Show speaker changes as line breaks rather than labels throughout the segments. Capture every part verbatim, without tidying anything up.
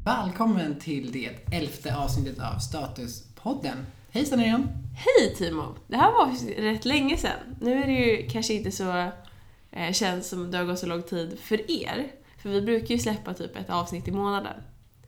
Välkommen till det elfte avsnittet av Statuspodden. Hej Sanerian!
Hej Timo! Det här var rätt länge sedan. Nu är det ju kanske inte så eh, känns som det har gått så lång tid för er. För vi brukar ju släppa typ ett avsnitt i månaden.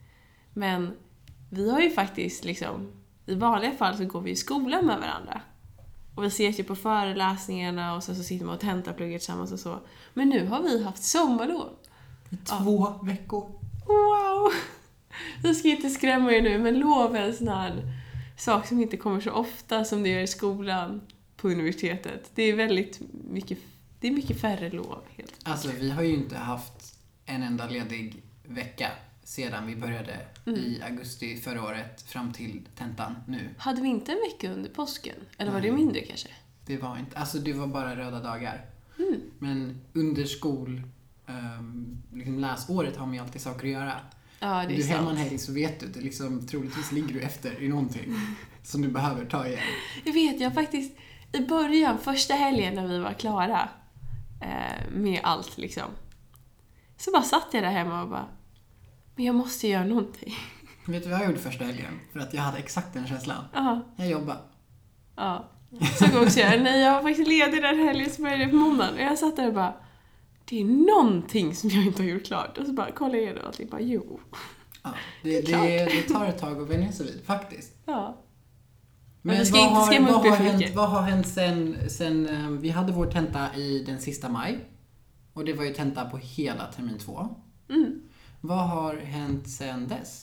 Men vi har ju faktiskt liksom, i vanliga fall så går vi i skolan med varandra. Och vi ses ju på föreläsningarna och så, så sitter man och tentapluggar tillsammans och så. Men nu har vi haft sommarlov.
I två ja. veckor.
Wow! Jag ska inte skrämma er nu, men lov är en sån här sak som inte kommer så ofta som det gör i skolan på universitetet. Det är väldigt mycket, det är mycket färre lov. Helt.
Alltså vi har ju inte haft en enda ledig vecka sedan vi började mm. i augusti förra året fram till tentan nu. Hade
vi inte en vecka under påsken? Eller Nej. Var det mindre kanske?
Det var inte, alltså det var bara röda dagar.
Mm.
Men under skol, um, liksom läsåret har man ju alltid saker att göra.
Ja, det är
du
sant.
hemma en helg så vet du, det liksom, troligtvis ligger du efter i någonting som du behöver ta igen.
Jag vet, jag faktiskt, i början, första helgen när vi var klara eh, med allt liksom, så bara satt jag där hemma och bara, men jag måste göra någonting.
Vet du vad jag gjorde första helgen? För att jag hade exakt den känslan.
Uh-huh.
Jag jobbade.
Ja, så går också jag. Nej, jag var faktiskt ledig den helgen som började på måndagen. Och jag satt där och bara, det är någonting som jag inte har gjort klart. Och så bara kollade jag igenom och bara, jo.
Ja, det, det, det, det tar ett tag att vänja sig vid, faktiskt.
Ja.
Men, Men vad, har, vad, har hänt, vad har hänt sen, sen um, vi hade vår tenta i den sista maj. Och det var ju tenta på hela termin två.
Mm.
Vad har hänt sen dess?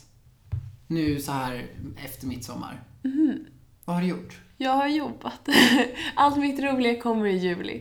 Nu så här efter midsommar.
Mm.
Vad har du gjort?
Jag har jobbat. Allt mitt roliga kommer i juli.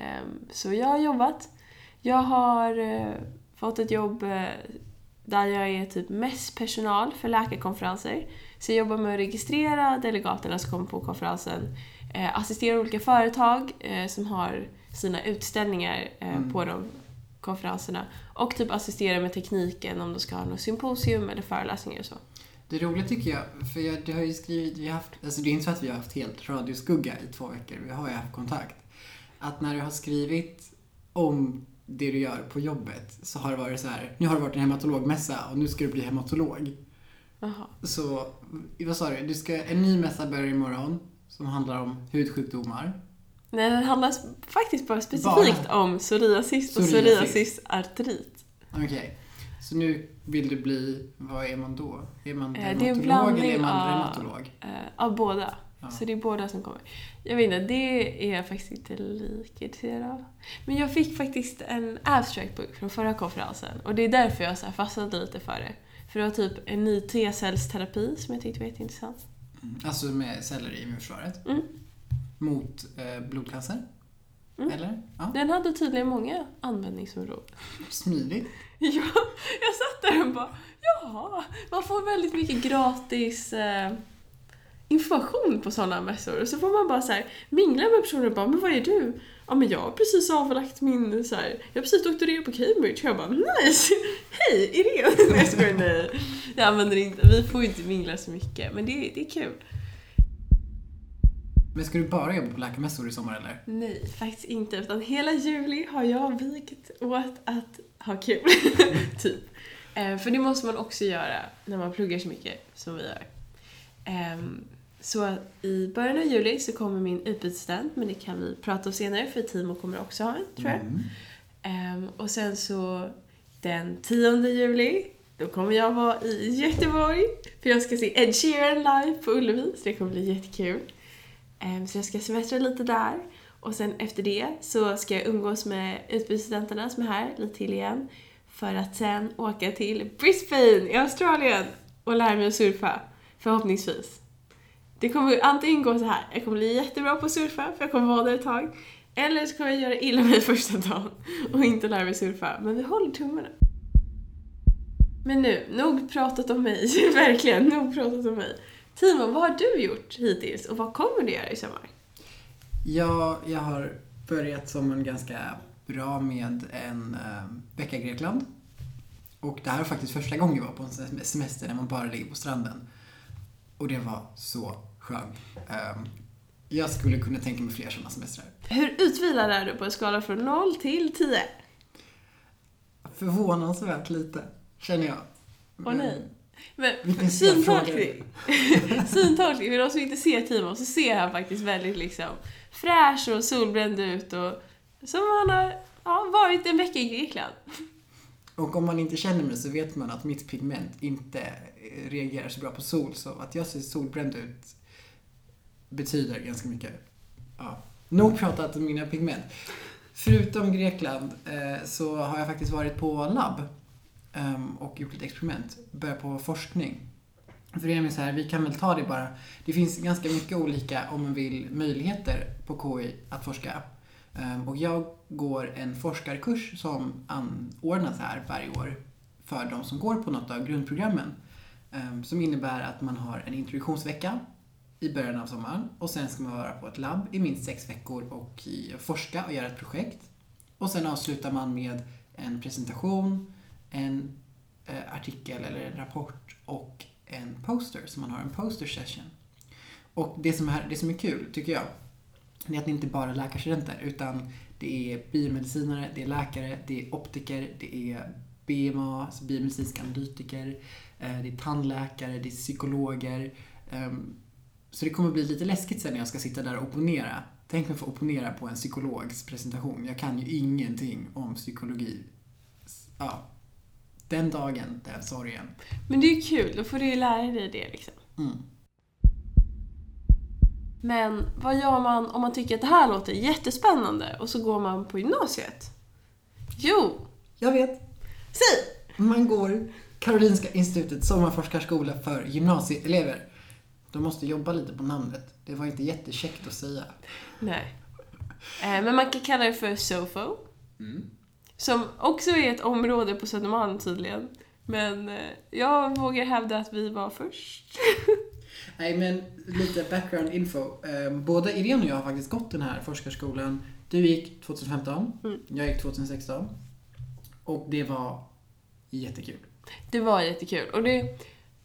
Så jag har jobbat. Jag har fått ett jobb där jag är typ mest personal för läkarkonferenser. Så jag jobbar med att registrera delegaterna som kommer på konferensen. Assisterar olika företag som har sina utställningar mm. på de konferenserna. Och typ assistera med tekniken om de ska ha något symposium eller föreläsningar och så.
Det är roligt tycker jag, för jag, du har ju skrivit, vi har haft, alltså det är inte så att vi har haft helt radioskugga i två veckor, vi har ju haft kontakt. Att när du har skrivit om det du gör på jobbet så har det varit så här, nu har det varit en hematologmässa och nu ska du bli hematolog.
Aha.
Så, vad sa du? Du ska, en ny mässa börjar imorgon som handlar om hudsjukdomar.
Nej, den handlar faktiskt bara specifikt bara om psoriasis och psoriasisartrit.
Okej. Okay. Så nu vill du bli, vad är man då? Är man
dermatolog
eller är man reumatolog?
Av, av båda. Ja. Så det är båda som kommer. Jag vet inte, det är jag faktiskt inte lika intresserad av. Men jag fick faktiskt en abstract book från förra konferensen. Och det är därför jag så här fastnade lite för det. För det var typ en ny T-cellsterapi som jag tyckte var jätteintressant.
Mm. Alltså med celler i immunförsvaret?
Mm.
Mot eh, blodcancer?
Mm.
Eller? Ja.
Den hade tydligen många användningsområden.
Smidigt.
Ja, jag satt där och bara, ja, man får väldigt mycket gratis eh, information på sådana mässor. Och så får man bara så här mingla med personer och bara, men vad är du? Ja, men jag har precis avlagt min, så här, jag har precis doktorerat på Cambridge. Jag bara, nice, hej, Irene. Nej, jag skojar, nej. Jag använder inte, vi får inte mingla så mycket, men det, det är kul.
Men ska du bara jobba på läkarmässor i sommar eller?
Nej, faktiskt inte. Utan hela juli har jag vikt åt att ha kul. typ. Eh, för det måste man också göra när man pluggar så mycket som vi gör. Eh, så i början av juli så kommer min utbytesstudent, men det kan vi prata om senare för Timo kommer också ha en, tror jag.
Mm.
Eh, och sen så den tionde juli, då kommer jag vara i Göteborg. För jag ska se Ed Sheeran live på Ullevi, så det kommer bli jättekul. Så jag ska semestra lite där. Och sen efter det så ska jag umgås med utbytesstudenterna som är här lite till igen. För att sen åka till Brisbane i Australien och lära mig att surfa. Förhoppningsvis. Det kommer antingen gå så här. Jag kommer bli jättebra på att surfa för jag kommer vara där ett tag. Eller så kommer jag göra illa mig första dagen och inte lära mig surfa. Men vi håller tummarna. Men nu, nog pratat om mig. Verkligen, nog pratat om mig. Timo, vad har du gjort hittills och vad kommer du göra i sommar?
Ja, jag har börjat sommaren ganska bra med en äh, vecka i Grekland. Och det här är faktiskt första gången jag var på en semester när man bara ligger på stranden. Och det var så skönt. Ähm, jag skulle kunna tänka mig fler sådana semestrar.
Hur utvilad är du på en skala från noll till tio?
Förvånansvärt lite, känner jag.
Åh nej. Men syntolkning. Syntolkning, för de som inte ser Timo så ser han faktiskt väldigt liksom fräsch och solbränd ut och som han har ja, varit en vecka i Grekland.
Och om man inte känner mig så vet man att mitt pigment inte reagerar så bra på sol, så att jag ser solbränd ut betyder ganska mycket. Ja. Nog pratat om mina pigment. Förutom Grekland eh, så har jag faktiskt varit på labb um, och gjort ett experiment. Börjat på forskning. För det är så här, vi kan väl ta det bara. Det finns ganska mycket olika, om man vill, möjligheter på K I att forska. Um, och jag går en forskarkurs som anordnas här varje år för de som går på något av grundprogrammen. Um, som innebär att man har en introduktionsvecka i början av sommaren. Och sen ska man vara på ett labb i minst sex veckor och forska och göra ett projekt. Och sen avslutar man med en presentation, en eh, artikel eller en rapport och en poster. Så man har en poster session. Och det som är, det som är kul, tycker jag, är att det inte bara är läkarstudenter, utan det är biomedicinare, det är läkare, det är optiker, det är B M A, alltså biomedicinska analytiker, eh, det är tandläkare, det är psykologer. Um, Så det kommer bli lite läskigt sen när jag ska sitta där och opponera. Tänk mig få opponera på en psykologs presentation. Jag kan ju ingenting om psykologi. Ja, den dagen, den sorgen.
Men det är ju kul, då får du ju lära dig det liksom.
Mm.
Men vad gör man om man tycker att det här låter jättespännande och så går man på gymnasiet? Jo!
Jag vet.
Säg!
Man går Karolinska institutets sommarforskarskola för gymnasieelever. De måste jobba lite på namnet. Det var inte jättekäckt att säga.
Nej. Eh, men man kan kalla det för SOFO.
Mm.
Som också är ett område på Södermalm tydligen. Men eh, jag vågar hävda att vi var först.
Nej, men lite background info. Eh, både Irene och jag har faktiskt gått den här forskarskolan. Du gick tjugohundrafemton. Mm. Jag gick tjugohundrasexton. Och det var jättekul.
Det var jättekul. Och det...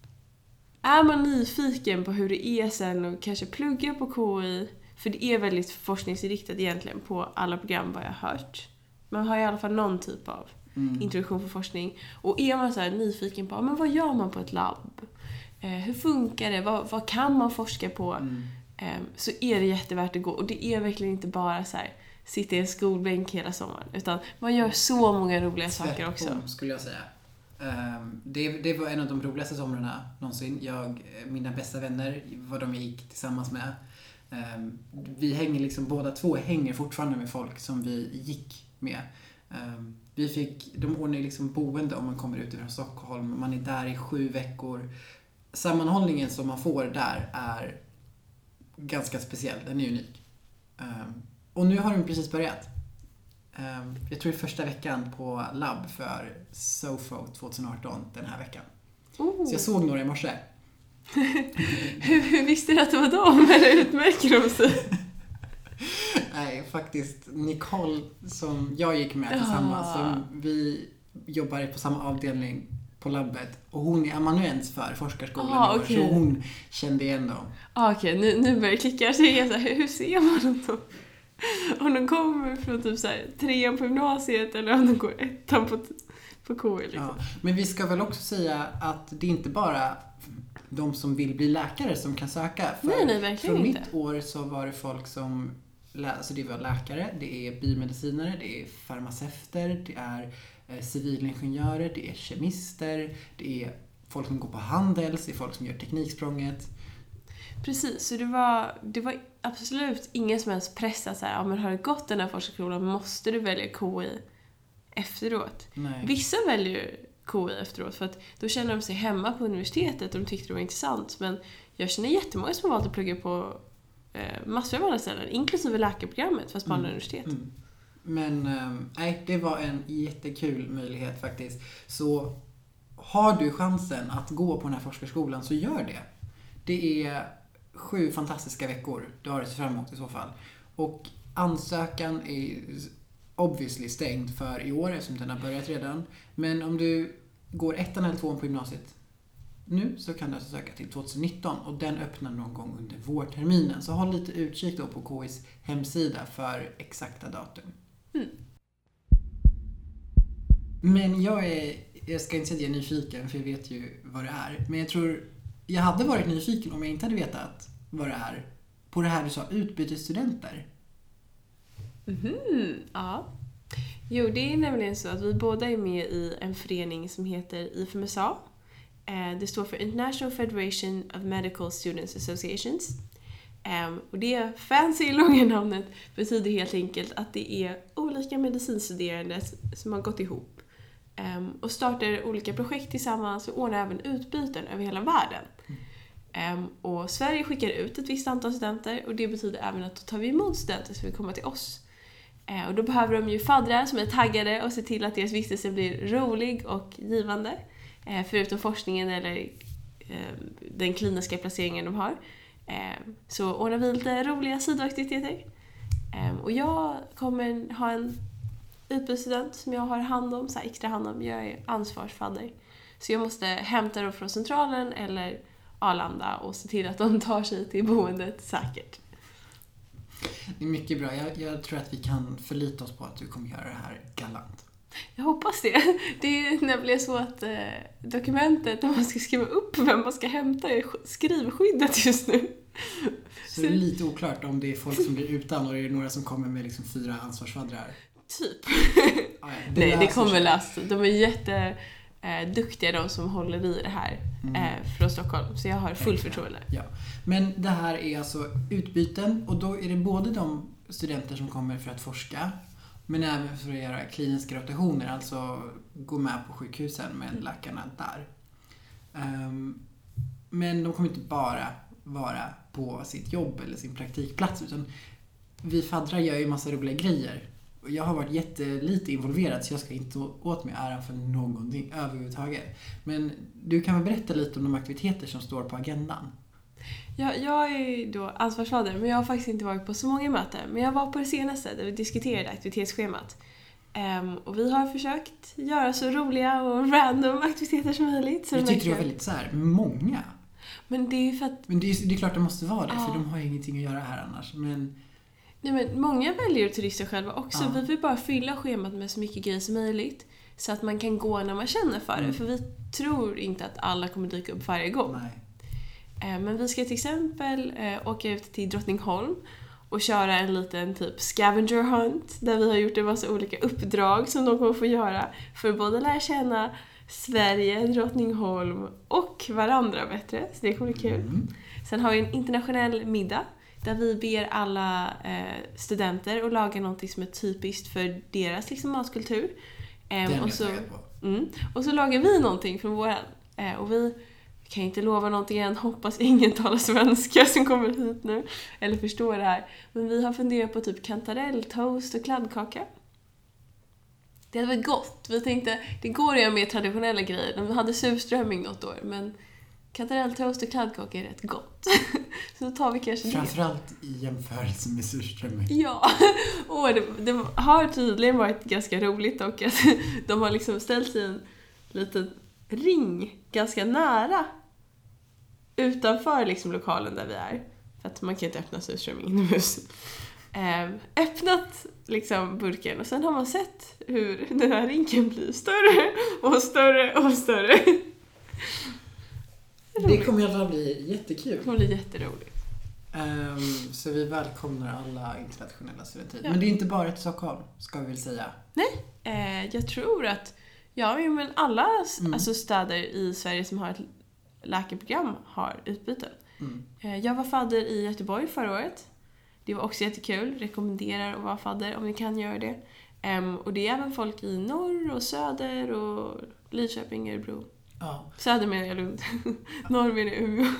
Är man nyfiken på hur det är sen och kanske plugga på K I, för det är väldigt forskningsinriktat egentligen på alla program vad jag har hört. Man har i alla fall någon typ av mm. introduktion för forskning. Och är man så här nyfiken på, men vad gör man på ett labb? Eh, hur funkar det? Vad, vad kan man forska på? Mm. Eh, så är det jättevärt att gå. Och det är verkligen inte bara så här, sitta i en skolbänk hela sommaren. Utan man gör så många roliga saker också.
Tvärtom, skulle jag säga. Um, det, det var en av de roligaste somrarna någonsin. Jag, mina bästa vänner, vad de gick tillsammans med. Um, vi hänger liksom, båda två hänger fortfarande med folk som vi gick med. Um, vi fick, de ordnar liksom boende om man kommer ut från Stockholm. Man är där i sju veckor. Sammanhållningen som man får där är ganska speciell. Den är unik. Um, och nu har de precis börjat. Jag tror det är första veckan på labb för SOFO tjugoarton den här veckan. Oh. Så jag såg några i morse.
hur, hur visste du att det var dem? Eller utmärker de sig?
Nej, faktiskt Nicole som jag gick med tillsammans. Ah. Som vi jobbar på samma avdelning på labbet. Och hon är amanuens för forskarskolan. Ah, okay. Så hon kände igen dem.
Ah, Okej, okay. nu, nu börjar jag klicka. Så jag så här, hur ser man dem? Om de kommer från typ så här, trean på gymnasiet eller om de går ettan på, på K I. Liksom. Ja,
men vi ska väl också säga att det är inte bara de som vill bli läkare som kan söka. För
nej, nej, verkligen
från
inte.
mitt år så var det folk som, alltså det var läkare, det är biomedicinare, det är farmaceuter, det är eh, civilingenjörer, det är kemister, det är folk som går på Handels, det är folk som gör tekniksprånget.
Precis, så det var, det var absolut ingen som helst press att säga, ja men har du gått den här forskarskolan måste du välja K I efteråt.
Nej.
Vissa väljer K I efteråt för att då känner de sig hemma på universitetet och de tyckte det var intressant. Men jag känner jättemånga som har valt att plugga på eh, massor av andra ställen, inklusive läkarprogrammet fast på mm. andra universitet. Mm.
Men nej, äh, det var en jättekul möjlighet faktiskt. Så har du chansen att gå på den här forskarskolan så gör det. Det är sju fantastiska veckor du har det fram emot i så fall. Och ansökan är obviously stängd för i år eftersom den har börjat redan. Men om du går ettan eller tvåan på gymnasiet nu så kan du alltså söka till tjugonitton och den öppnar någon gång under vårterminen. Så håll lite utkik då på K I:s hemsida för exakta datum. Mm. Men jag är jag ska inte säga att jag är nyfiken för jag vet ju vad det är. Men jag tror, jag hade varit nyfiken om jag inte hade vetat vad det är. På det här du sa, utbytesstudenter.
Mhm, ja. Jo, det är nämligen så att vi båda är med i en förening som heter I F M S A. Det står för International Federation of Medical Students Associations. Och det fancy långa namnet betyder helt enkelt att det är olika medicinstuderande som har gått ihop och startar olika projekt tillsammans och ordnar även utbyten över hela världen. Mm. Och Sverige skickar ut ett visst antal studenter och det betyder även att då tar vi emot studenter som vill komma till oss. Och då behöver de ju faddrar som är taggade och se till att deras vistelse blir rolig och givande. Förutom forskningen eller den kliniska placeringen de har. Så ordnar vi lite roliga sidoaktiviteter. Och jag kommer ha en utbytesstudent som jag har hand om, så här extra hand om. Jag är ansvarsfadder. Så jag måste hämta dem från centralen eller Arlanda och se till att de tar sig till boendet säkert.
Det är mycket bra. Jag, jag tror att vi kan förlita oss på att du kommer göra det här galant.
Jag hoppas det. Det är nämligen så att eh, dokumentet, om man ska skriva upp vem man ska hämta, är skrivskyddet just nu.
Så, så det är lite oklart om det är folk som blir utan och det är några som kommer med liksom fyra ansvarsfaddrar.
Typ.
Ah, ja, det
Nej, det kommer läst. De är jätte eh, duktiga, de som håller i det här mm. eh, från Stockholm. Så jag har full förtroende.
Ja. Men det här är alltså utbyten och då är det både de studenter som kommer för att forska men även för att göra kliniska rotationer, alltså gå med på sjukhusen med läkarna där. Um, men de kommer inte bara vara på sitt jobb eller sin praktikplats, utan vi faddrar gör ju massa roliga grejer. Och jag har varit jättelite involverad så jag ska inte åt mig äran för någonting överhuvudtaget. Men du kan väl berätta lite om de aktiviteter som står på agendan?
Ja, jag är då ansvarsfadder, men jag har faktiskt inte varit på så många möten. Men jag var på det senaste där vi diskuterade aktivitetsschemat. Um, och vi har försökt göra så roliga och random aktiviteter som möjligt. Så
jag tyckte det var väldigt så här, många.
Men det är för att...
Men det är, det är klart det måste vara det,
ja.
För de har ju ingenting att göra här annars. Men...
Nej, men många väljer att turista själva också.
Ja.
Vi vill bara fylla schemat med så mycket grejer som möjligt. Så att man kan gå när man känner för det. Mm. För vi tror inte att alla kommer dyka upp varje gång.
Nej.
Men vi ska till exempel eh, åka ut till Drottningholm och köra en liten typ scavenger hunt där vi har gjort en massa olika uppdrag som de kommer få göra för att både lära känna Sverige, Drottningholm och varandra bättre. Så det kommer bli kul. Mm. Sen har vi en internationell middag där vi ber alla eh, studenter att laga något som är typiskt för deras liksom, matkultur. Eh, och, så, mm, och så lagar vi någonting från våran. Eh, och vi kan inte lova någonting än, hoppas ingen talar svenska som kommer hit nu eller förstår det här. Men vi har funderat på typ kantarell, toast och kladdkaka. Det hade varit gott. Vi tänkte, det går att göra mer traditionella grejer. De hade surströmming något år, men kantarell, toast och kladdkaka är rätt gott. Så då tar vi kanske det.
Framförallt i jämförelse med surströmming.
Ja, och det, det har tydligen varit ganska roligt och att de har liksom ställt i en liten ring ganska nära utanför liksom lokalen där vi är. För att man kan inte öppna surströmming inomhus. Eh, öppnat liksom burken och sen har man sett hur den här ringen blir större och större och större.
Det kommer i alla fall bli jättekul.
Det kommer bli jätteroligt.
Um, så vi välkomnar alla internationella studenter. Ja. Men det är inte bara till Stockholm, ska vi väl säga.
Nej, eh, jag tror att ja, men alla mm. alltså städer i Sverige som har ett läkarprogram har utbyten. Mm. Eh, jag var fadder i Göteborg förra året. Det var också jättekul. Rekommenderar att vara fadder om ni kan göra det. Um, och det är även folk i norr och söder och Lidköping, Örebro. Ja. Söder menar jag Lund. Norr menar jag Umeå.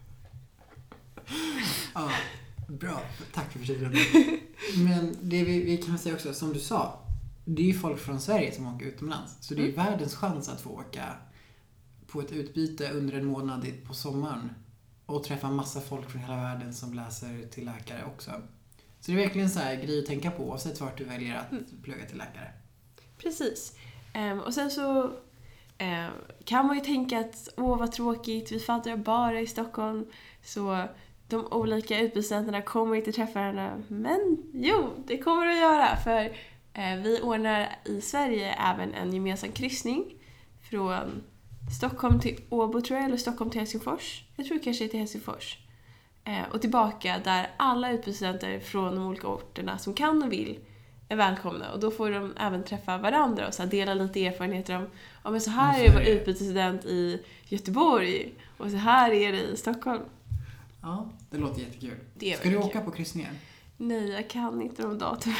Ja, bra. Tack för förtydligandet. Men det vi, vi kan säga också, som du sa, det är ju folk från Sverige som åker utomlands. Så det är mm. världens chans att få åka på ett utbyte under en månad på sommaren. Och träffa massa folk från hela världen som läser till läkare också. Så det är verkligen så här grej att tänka på oavsett vart du väljer att mm. plugga till läkare.
Precis. Um, och sen så um, kan man ju tänka att åh vad tråkigt, vi faddrar bara i Stockholm. Så de olika utbytesstudenterna kommer inte träffa varandra. Men jo, det kommer att göra. För uh, vi ordnar i Sverige även en gemensam kryssning från Stockholm till Åbo tror jag, eller Stockholm till Helsingfors. Jag tror kanske till Helsingfors. Eh, och tillbaka där alla utbytesstudenter från de olika orterna som kan och vill är välkomna. Och då får de även träffa varandra och så här dela lite erfarenheter om ja, men så här är jag var utbytesstudent i Göteborg och så här är det i Stockholm.
Ja, det låter jättekul.
Det
Ska du åka kul. på kryssningen?
Nej, jag kan inte de datum.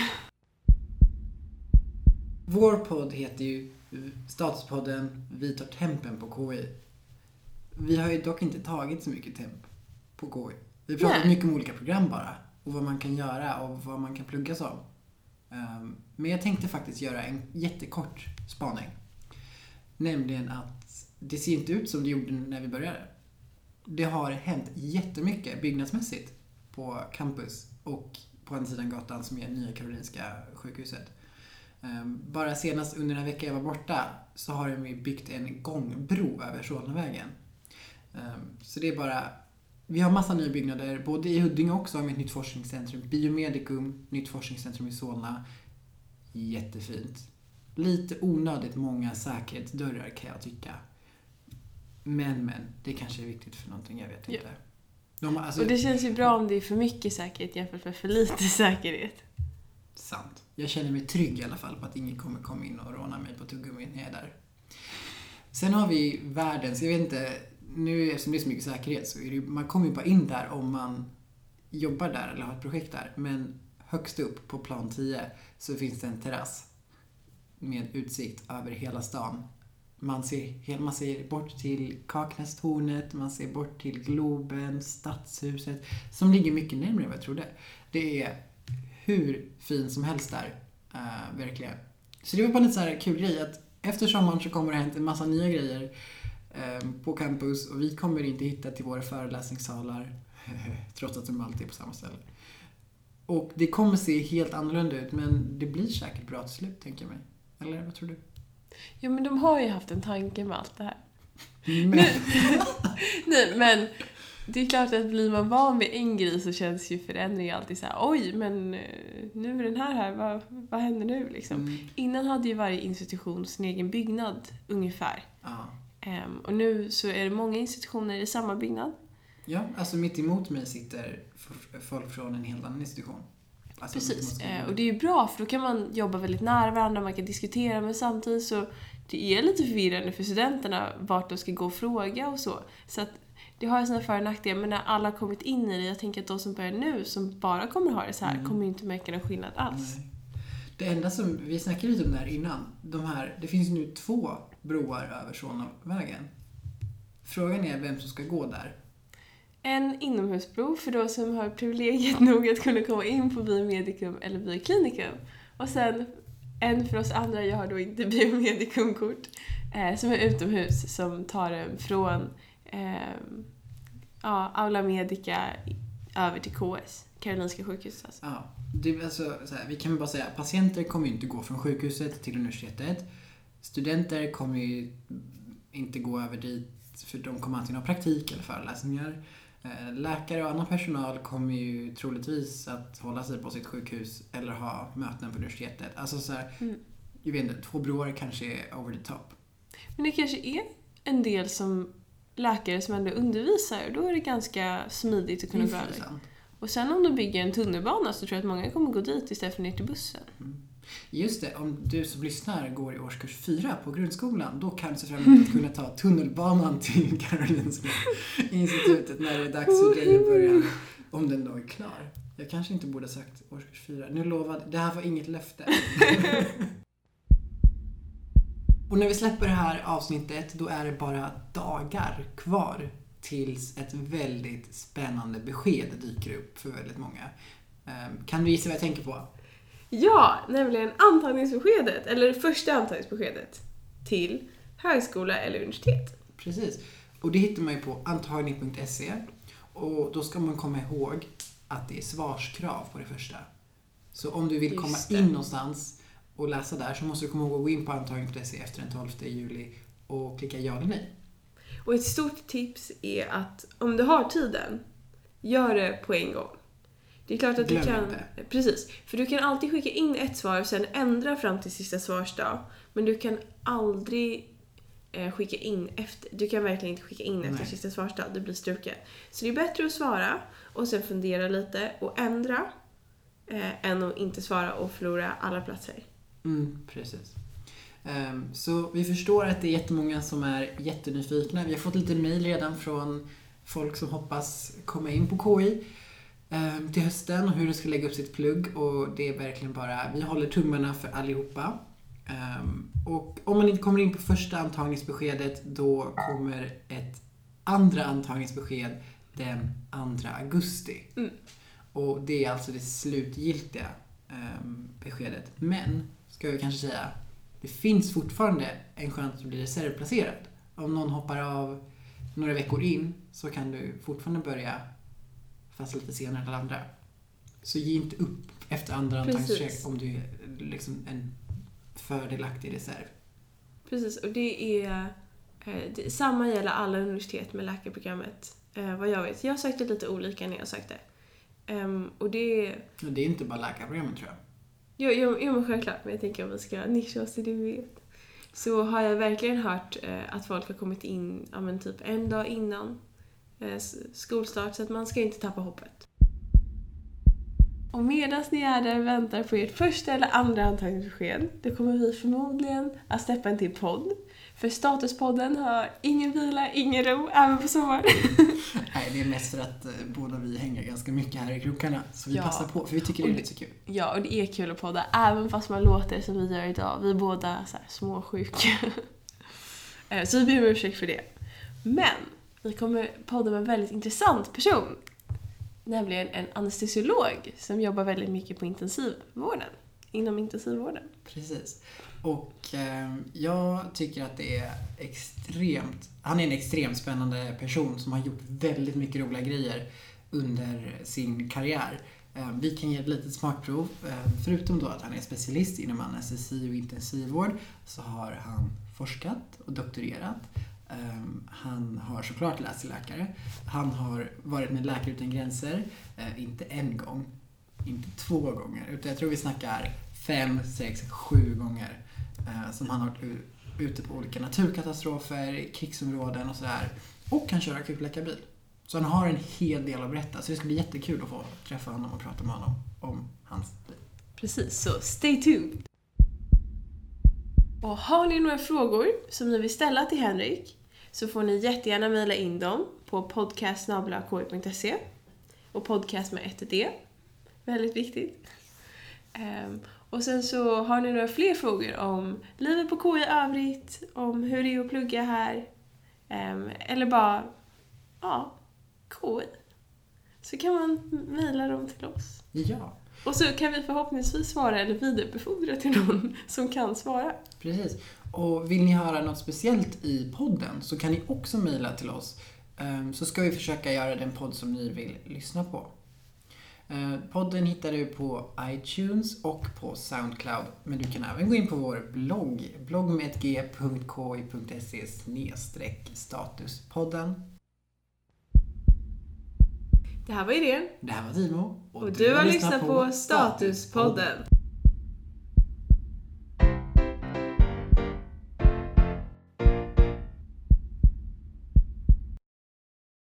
Vår podd heter ju Statuspodden Vi tar tempen på K I. Vi har ju dock inte tagit så mycket temp på K I. Vi pratar Nej. mycket om olika program bara. Och vad man kan göra och vad man kan plugga som. Um, men jag tänkte faktiskt göra en jättekort spaning. Nämligen att det ser inte ut som det gjorde när vi började. Det har hänt jättemycket byggnadsmässigt på campus och på andra sidan gatan som är Nya Karolinska sjukhuset. Um, bara senast under en vecka jag var borta så har de byggt en gångbro över Solnavägen. Um, så det är bara... Vi har massa nya byggnader, både i Huddinge också med ett nytt forskningscentrum, Biomedicum, nytt forskningscentrum i Solna. Jättefint. Lite onödigt många säkerhetsdörrar kan jag tycka. Men, men, det kanske är viktigt för någonting, jag vet inte. Ja. De, alltså,
och det känns ju bra om det är för mycket säkerhet jämfört med för lite säkerhet.
Sant. Jag känner mig trygg i alla fall på att ingen kommer komma in och råna mig på tuggummi när jag är där. Sen har vi världens, jag vet inte... Nu eftersom det är så mycket säkerhet så är det, man kommer ju bara in där om man jobbar där eller har ett projekt där. Men högst upp på plan tio så finns det en terrass med utsikt över hela stan. Man ser, man ser bort till Kaknästornet, man ser bort till Globen, Stadshuset som ligger mycket närmare än vad jag trodde. Det är hur fin som helst där, uh, verkligen. Så det var bara lite så här kul grej att efter sommaren så kommer det hänt en massa nya grejer på campus och vi kommer inte hitta till våra föreläsningssalar trots att de alltid är på samma ställe. Och det kommer se helt annorlunda ut men det blir säkert bra till slut, tänker jag mig. Eller vad tror du?
Ja, men de har ju haft en tanke med allt det här.
Men...
Nej, men det är klart att blir man van vid en grej så känns ju förändring alltid så här: oj, men nu är den här här, vad, vad händer nu liksom? Mm. Innan hade ju varje institution sin egen byggnad ungefär.
Ja.
Um, och nu så är det många institutioner i samma byggnad.
Ja, alltså mitt emot mig sitter folk från en helt annan institution. Alltså
precis, uh, och det är ju bra för då kan man jobba väldigt nära varandra, man kan diskutera, men samtidigt så det är lite förvirrande för studenterna vart de ska gå och fråga och så. Så att det har sina för- och nackdelar, men när alla har kommit in i det, jag tänker att de som börjar nu, som bara kommer ha det så här, mm. kommer ju inte märka någon skillnad alls.
Nej. Det enda som, vi snackade lite om det här innan, de här, det finns nu två broar över Solnavägen. Frågan är vem som ska gå där.
En inomhusbro för de som har privilegiet nog att kunna komma in på Biomedicum eller Bioklinikum. Och sen en för oss andra, jag har då inte Biomedicum-kort, eh, som är utomhus som tar en från eh, ja, Aula Medica över till K S, Karolinska sjukhuset. Alltså.
Ja, det, alltså, så här, vi kan bara säga patienter kommer ju inte gå från sjukhuset till universitetet. Studenter kommer ju inte gå över dit för de kommer antingen ha praktik eller föreläsningar. Läkare och annan personal kommer ju troligtvis att hålla sig på sitt sjukhus eller ha möten på universitetet. Alltså så här, mm. jag vet inte, två broar kanske är over the top.
Men det kanske är en del som läkare som ändå undervisar, då är det ganska smidigt att kunna gå över. Och sen om de bygger en tunnelbana så tror jag att många kommer gå dit istället för ner till bussen.
Mm. Just det, om du som lyssnar går i årskurs fyra på grundskolan, då kan du se fram emot att kunna ta tunnelbanan till Karolinska institutet när det är dags för dig att börja, om den då är klar. Jag kanske inte borde ha sagt årskurs fyra. Nu lovade, det här var inget löfte. Och när vi släpper det här avsnittet, då är det bara dagar kvar tills ett väldigt spännande besked dyker upp för väldigt många. Kan du gissa vad jag tänker på?
Ja, nämligen antagningsbeskedet, eller det första antagningsbeskedet till högskola eller universitet.
Precis, och det hittar man ju på antagning punkt se, och då ska man komma ihåg att det är svarskrav på det första. Så om du vill komma in någonstans och läsa där så måste du komma ihåg att gå in på antagning punkt se efter den tolfte juli och klicka ja eller nej.
Och ett stort tips är att om du har tiden, gör det på en gång. Det är klart att
Glöm
du kan...
inte.
Precis, för du kan alltid skicka in ett svar och sen ändra fram till sista svarsdag. Men du kan aldrig eh, skicka in efter. Du kan verkligen inte skicka in efter
Nej.
sista svarsdag. Det blir struket. Så det är bättre att svara och sen fundera lite och ändra eh, än att inte svara och förlora alla platser.
Mm, precis. Um, så vi förstår att det är jättemånga som är jättenyfikna. Vi har fått lite mejl redan från folk som hoppas komma in på K I um, till hösten och hur de ska lägga upp sitt plugg. Och det är verkligen bara, vi håller tummarna för allihopa. Um, och om man inte kommer in på första antagningsbeskedet, då kommer ett andra antagningsbesked den andra augusti.
Mm.
Och det är alltså det slutgiltiga um, beskedet. Men, ska jag kanske säga, det finns fortfarande en chans att bli reservplacerad. Om någon hoppar av några veckor in så kan du fortfarande börja fast lite senare än andra. Så ge inte upp efter andra antagningsförsök om du är liksom en fördelaktig reserv.
Precis, och det är, det, samma gäller alla universitet med läkarprogrammet. Eh, vad jag vet. Jag sökte lite olika när jag sökte. Um, och det,
det är inte bara läkarprogrammet, tror jag.
Jo, jo, jo men självklart, men jag tänker om vi ska nischa oss i det vi vet. Så har jag verkligen hört eh, att folk har kommit in ja, men typ en dag innan eh, skolstart, så att man ska inte tappa hoppet. Och medan ni är där och väntar på ert första eller andra antagningsbesked, då kommer vi förmodligen att släppa en till podd. För Statuspodden har ingen vila, ingen ro, även på sommaren.
Nej, det är mest för att eh, båda vi hänger ganska mycket här i krokarna. Så vi
ja.
passar på, för vi tycker det är lite så kul.
Ja, och det är kul att podda, även fast man låter som vi gör idag. Vi är båda så här småsjuka. Så vi ber om ursäkt för det. Men vi kommer podda med en väldigt intressant person. Nämligen en anestesiolog som jobbar väldigt mycket på intensivvården. Inom intensivvården.
Precis. Och eh, jag tycker att det är extremt... Han är en extremt spännande person som har gjort väldigt mycket roliga grejer under sin karriär. Eh, vi kan ge ett litet smakprov. Eh, förutom då att han är specialist inom anestesi och intensivvård, så har han forskat och doktorerat. Eh, han har såklart läst till läkare. Han har varit med Läkare utan gränser. Eh, inte en gång, inte två gånger, utan jag tror vi snackar fem, sex, sju gånger eh, som han har varit ute på olika naturkatastrofer, krigsområden och sådär. Och kan köra akutläkarbil. Så han har en hel del att berätta. Så det ska bli jättekul att få träffa honom och prata med honom om hans liv.
Precis, så stay tuned. Och har ni några frågor som ni vill ställa till Henrik, så får ni jättegärna mejla in dem på podcast snabel-a k i punkt se. Och podcast med ett D. Väldigt viktigt. Um, och sen så har ni några fler frågor om livet på K I i övrigt, om hur det är att plugga här, um, eller bara ja, K I, så kan man mejla dem till oss.
Ja.
Och så kan vi förhoppningsvis svara eller vidarebefordra till någon som kan svara.
Precis. Och vill ni höra något speciellt i podden, så kan ni också mejla till oss. Um, så ska vi försöka göra den podd som ni vill lyssna på. Podden hittar du på iTunes och på Soundcloud. Men du kan även gå in på vår blogg. blogg med ett g punkt k i punkt se snedstreck statuspodden.
Det här var idén.
Det här var Timo.
Och, och du har lyssnat på Statuspodden.